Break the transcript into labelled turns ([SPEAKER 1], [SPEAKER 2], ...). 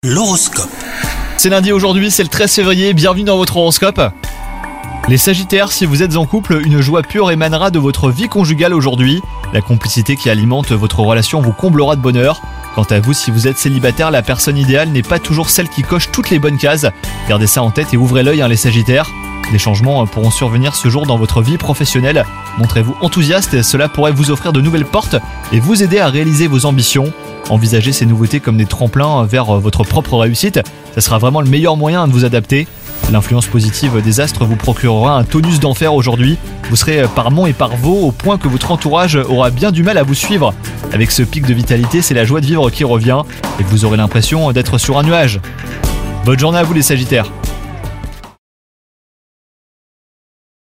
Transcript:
[SPEAKER 1] L'horoscope.
[SPEAKER 2] C'est lundi aujourd'hui, c'est le 13 février, bienvenue dans votre horoscope. Les Sagittaires, si vous êtes en couple, une joie pure émanera de votre vie conjugale aujourd'hui. La complicité qui alimente votre relation vous comblera de bonheur. Quant à vous, si vous êtes célibataire, la personne idéale n'est pas toujours celle qui coche toutes les bonnes cases. Gardez ça en tête et ouvrez l'œil, les Sagittaires. Des changements pourront survenir ce jour dans votre vie professionnelle. Montrez-vous enthousiaste, cela pourrait vous offrir de nouvelles portes et vous aider à réaliser vos ambitions. Envisagez ces nouveautés comme des tremplins vers votre propre réussite. Ça sera vraiment le meilleur moyen de vous adapter. L'influence positive des astres vous procurera un tonus d'enfer aujourd'hui. Vous serez par Mont et par Vaux au point que votre entourage aura bien du mal à vous suivre. Avec ce pic de vitalité, c'est la joie de vivre qui revient et vous aurez l'impression d'être sur un nuage. Bonne journée à vous les Sagittaires.